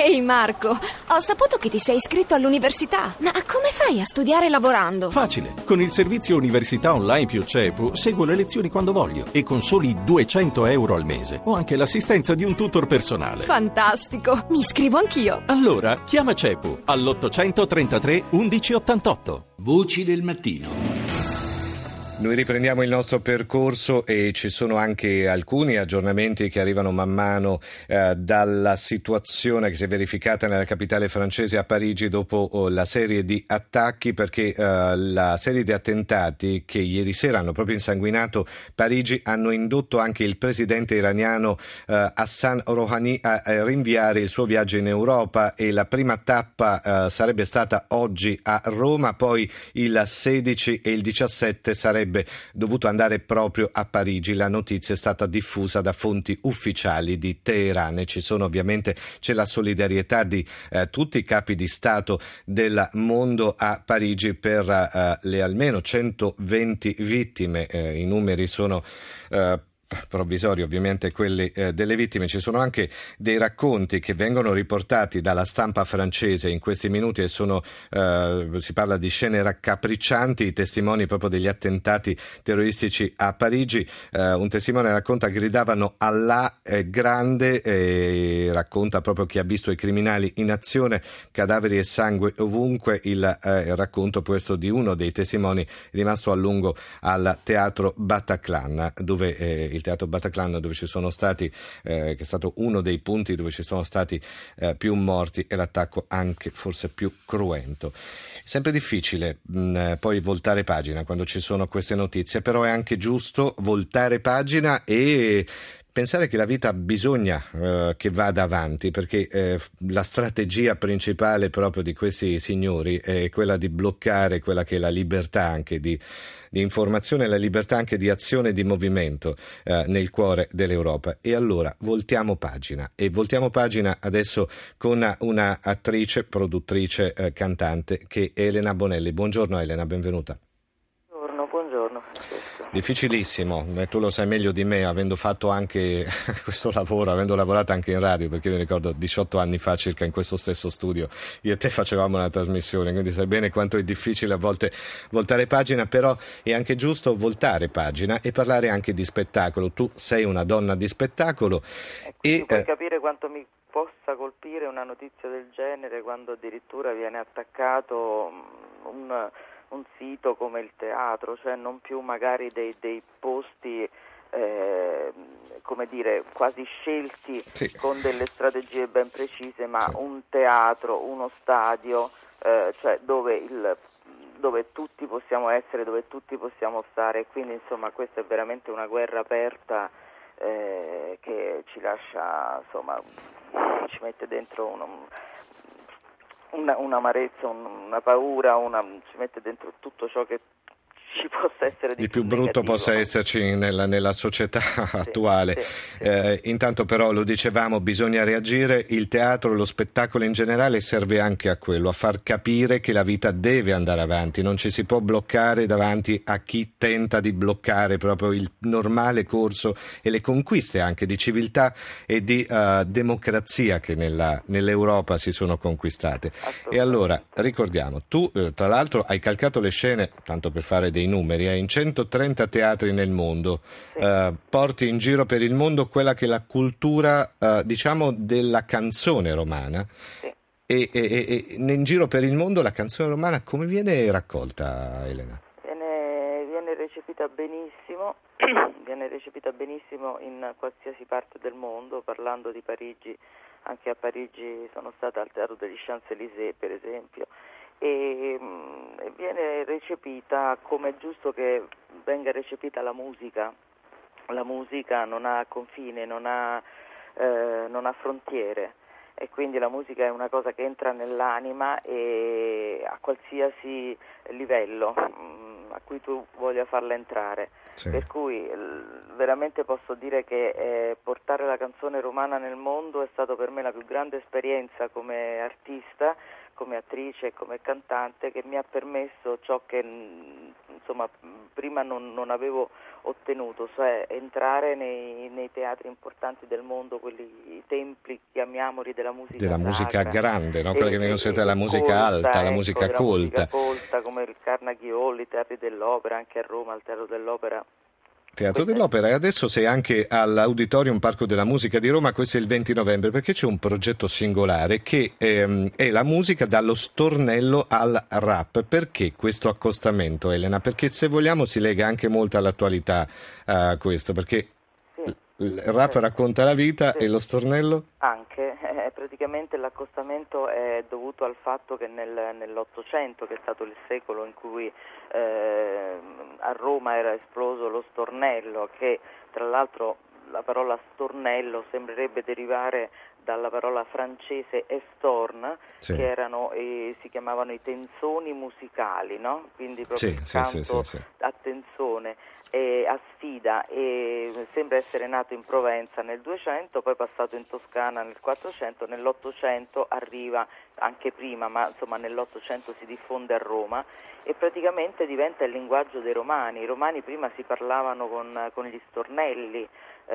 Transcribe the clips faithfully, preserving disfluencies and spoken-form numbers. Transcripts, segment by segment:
Ehi Marco, ho saputo che ti sei iscritto all'università. Ma come fai a studiare lavorando? Facile, con il servizio Università Online più CEPU seguo le lezioni quando voglio e con soli duecento euro al mese ho anche l'assistenza di un tutor personale. Fantastico, mi iscrivo anch'io. Allora chiama CEPU all'ottocentotrentatré undici ottantotto. Voci del mattino. Noi riprendiamo il nostro percorso e ci sono anche alcuni aggiornamenti che arrivano man mano eh, dalla situazione che si è verificata nella capitale francese a Parigi dopo oh, la serie di attacchi, perché eh, la serie di attentati che ieri sera hanno proprio insanguinato Parigi hanno indotto anche il presidente iraniano eh, Hassan Rouhani a, a rinviare il suo viaggio in Europa, e la prima tappa eh, sarebbe stata oggi a Roma, poi il sedici e il diciassette sarebbe dovuto andare proprio a Parigi. La notizia è stata diffusa da fonti ufficiali di Teheran e ci sono ovviamente c'è la solidarietà di eh, tutti i capi di Stato del mondo a Parigi per eh, le almeno centoventi vittime. Eh, i numeri sono eh, provvisori, ovviamente quelli eh, delle vittime. Ci sono anche dei racconti che vengono riportati dalla stampa francese in questi minuti e sono eh, si parla di scene raccapriccianti, i testimoni proprio degli attentati terroristici a Parigi. Eh, un testimone racconta: gridavano Allah eh, grande, e racconta proprio chi ha visto i criminali in azione, cadaveri e sangue ovunque. Il eh, racconto questo di uno dei testimoni rimasto a lungo al teatro Bataclan, dove eh, il teatro Bataclan dove ci sono stati eh, che è stato uno dei punti dove ci sono stati eh, più morti e l'attacco anche forse più cruento. Sempre difficile mh, poi voltare pagina quando ci sono queste notizie, però è anche giusto voltare pagina e pensare che la vita bisogna eh, che vada avanti, perché eh, la strategia principale proprio di questi signori è quella di bloccare quella che è la libertà anche di, di informazione, la libertà anche di azione e di movimento eh, nel cuore dell'Europa. E allora voltiamo pagina, e voltiamo pagina adesso con una attrice, produttrice, eh, cantante, che è Elena Bonelli. Buongiorno Elena, benvenuta. Difficilissimo, eh, tu lo sai meglio di me, avendo fatto anche questo lavoro, avendo lavorato anche in radio, perché io mi ricordo diciotto anni fa circa in questo stesso studio io e te facevamo una trasmissione, quindi sai bene quanto è difficile a volte voltare pagina, però è anche giusto voltare pagina e parlare anche di spettacolo. Tu sei una donna di spettacolo e, e puoi eh, capire quanto mi possa colpire una notizia del genere, quando addirittura viene attaccato un un sito come il teatro, cioè non più magari dei, dei posti eh, come dire quasi scelti, sì, con delle strategie ben precise, ma sì, un teatro, uno stadio, eh, cioè dove il dove tutti possiamo essere, dove tutti possiamo stare. Quindi insomma questa è veramente una guerra aperta eh, che ci lascia, insomma, ci mette dentro uno Una, un'amarezza, una paura, una, ci mette dentro tutto ciò che ci possa essere di, di più, più brutto negativo, possa esserci nella, nella società sì, attuale. Sì, sì. Eh, intanto però, lo dicevamo, bisogna reagire. Il teatro, lo spettacolo in generale serve anche a quello, a far capire che la vita deve andare avanti, non ci si può bloccare davanti a chi tenta di bloccare proprio il normale corso e le conquiste anche di civiltà e di uh, democrazia che nella, nell'Europa si sono conquistate. E allora ricordiamo, tu eh, tra l'altro hai calcato le scene, tanto per fare dei numeri, eh, in centotrenta teatri nel mondo, sì, eh, porti in giro per il mondo quella che è la cultura eh, diciamo della canzone romana, sì, e, e, e in giro per il mondo la canzone romana come viene raccolta, Elena? Viene, viene recepita benissimo viene recepita benissimo in qualsiasi parte del mondo. Parlando di Parigi, anche a Parigi sono stata al Teatro degli Champs-Élysées per esempio, e mh, viene recepita come è giusto che venga recepita la musica. La musica non ha confine, non ha, eh, non ha frontiere, e quindi la musica è una cosa che entra nell'anima e a qualsiasi livello mh, a cui tu voglia farla entrare. Sì. Per cui l- veramente posso dire che eh, portare la canzone romana nel mondo è stato per me la più grande esperienza come artista, come attrice e come cantante, che mi ha permesso ciò che, insomma prima non, non avevo ottenuto, cioè entrare nei, nei teatri importanti del mondo, quelli i templi, chiamiamoli, della musica della sacra, musica grande, no? Quella che vengono considerata la musica colta, alta, la ecco, musica colta. musica colta, come il Carnegie Hall, i teatri dell'opera, anche a Roma, al Teatro dell'Opera. Teatro dell'Opera, e adesso sei anche all'Auditorium Parco della Musica di Roma, questo è il venti novembre, perché c'è un progetto singolare che ehm, è la musica dallo stornello al rap. Perché questo accostamento, Elena? Perché se vogliamo si lega anche molto all'attualità uh, questo, perché Sì. il rap sì. racconta la vita sì. e lo stornello? Anche, eh, praticamente l'accostamento è dovuto al fatto che nel, nell'Ottocento, che è stato il secolo in cui eh, a Roma era esploso lo stornello, che tra l'altro la parola stornello sembrerebbe derivare dalla parola francese estorn, sì. che erano eh, si chiamavano i tenzoni musicali, no? Quindi proprio sì, il sì, canto sì, sì, sì. a tenzone. E a sfida, e sembra essere nato in Provenza nel duecento, poi passato in Toscana nel quattrocento, nell'ottocento arriva anche prima, ma insomma nell'ottocento si diffonde a Roma e praticamente diventa il linguaggio dei romani. I romani prima si parlavano con, con gli stornelli,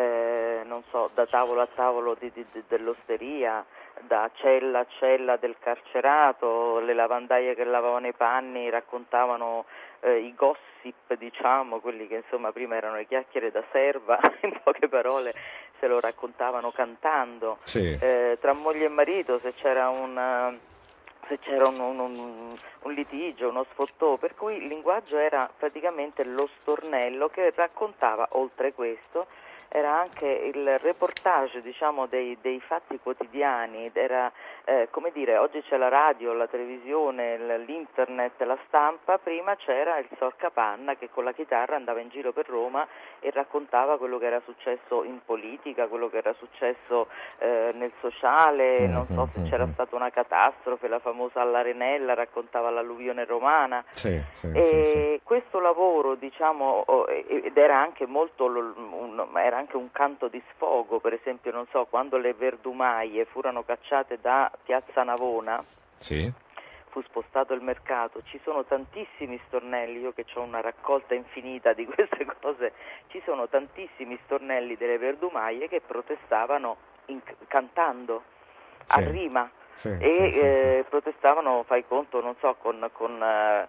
eh, non so, da tavolo a tavolo di, di, di, dell'osteria, da cella a cella del carcerato, le lavandaie che lavavano i panni raccontavano eh, i gossip, diciamo, quelli che insomma prima erano le chiacchiere da serva, in poche parole se lo raccontavano cantando. Sì. Eh, tra moglie e marito, se c'era un, se c'era un, un, un, un litigio, uno sfottò, per cui il linguaggio era praticamente lo stornello che raccontava, oltre questo, era anche il reportage, diciamo, dei, dei fatti quotidiani, era eh, come dire, oggi c'è la radio, la televisione, l'internet, la stampa, prima c'era il sorcapanna che con la chitarra andava in giro per Roma e raccontava quello che era successo in politica, quello che era successo eh, nel sociale, non so se c'era stata una catastrofe, la famosa all'Arenella raccontava l'alluvione romana. Sì, sì, e sì, sì. questo lavoro, diciamo, ed era anche molto un, era anche un canto di sfogo, per esempio, non so, quando le verdumaie furono cacciate da Piazza Navona, sì. fu spostato il mercato, ci sono tantissimi stornelli, io che ho una raccolta infinita di queste cose, ci sono tantissimi stornelli delle verdumaie che protestavano in, cantando sì. a rima. Sì, e sì, eh, sì. protestavano, fai conto, non so, con, con,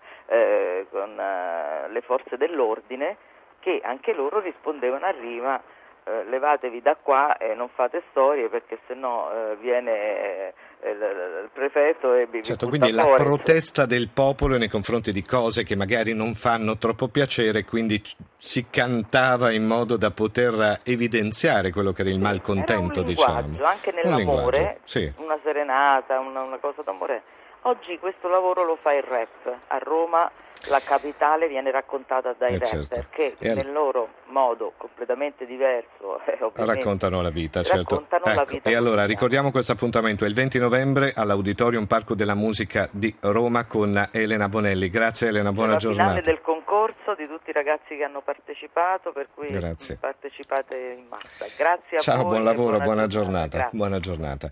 eh, con eh, le forze dell'ordine, che anche loro rispondevano a rima, eh, levatevi da qua e non fate storie perché sennò eh, viene eh, il, il prefetto e vi certo, butta quindi la fuori. protesta del popolo nei confronti di cose che magari non fanno troppo piacere, quindi si cantava in modo da poter evidenziare quello che era il Sì, malcontento, era un diciamo. linguaggio, anche nell'amore, sì. una serenata, una, una cosa d'amore. Oggi questo lavoro lo fa il rap. A Roma la capitale viene raccontata dai eh rapper certo. che e nel loro modo completamente diverso eh, raccontano la vita, certo. Raccontano Ecco, la vita e allora quotidiana. ricordiamo questo appuntamento è il venti novembre all'Auditorium Parco della Musica di Roma con Elena Bonelli. Grazie Elena, buona la giornata. finale del concorso di tutti i ragazzi che hanno partecipato, per cui Grazie. partecipate in massa. Grazie a Ciao, voi. buon lavoro, buona, buona giornata. giornata. Buona giornata.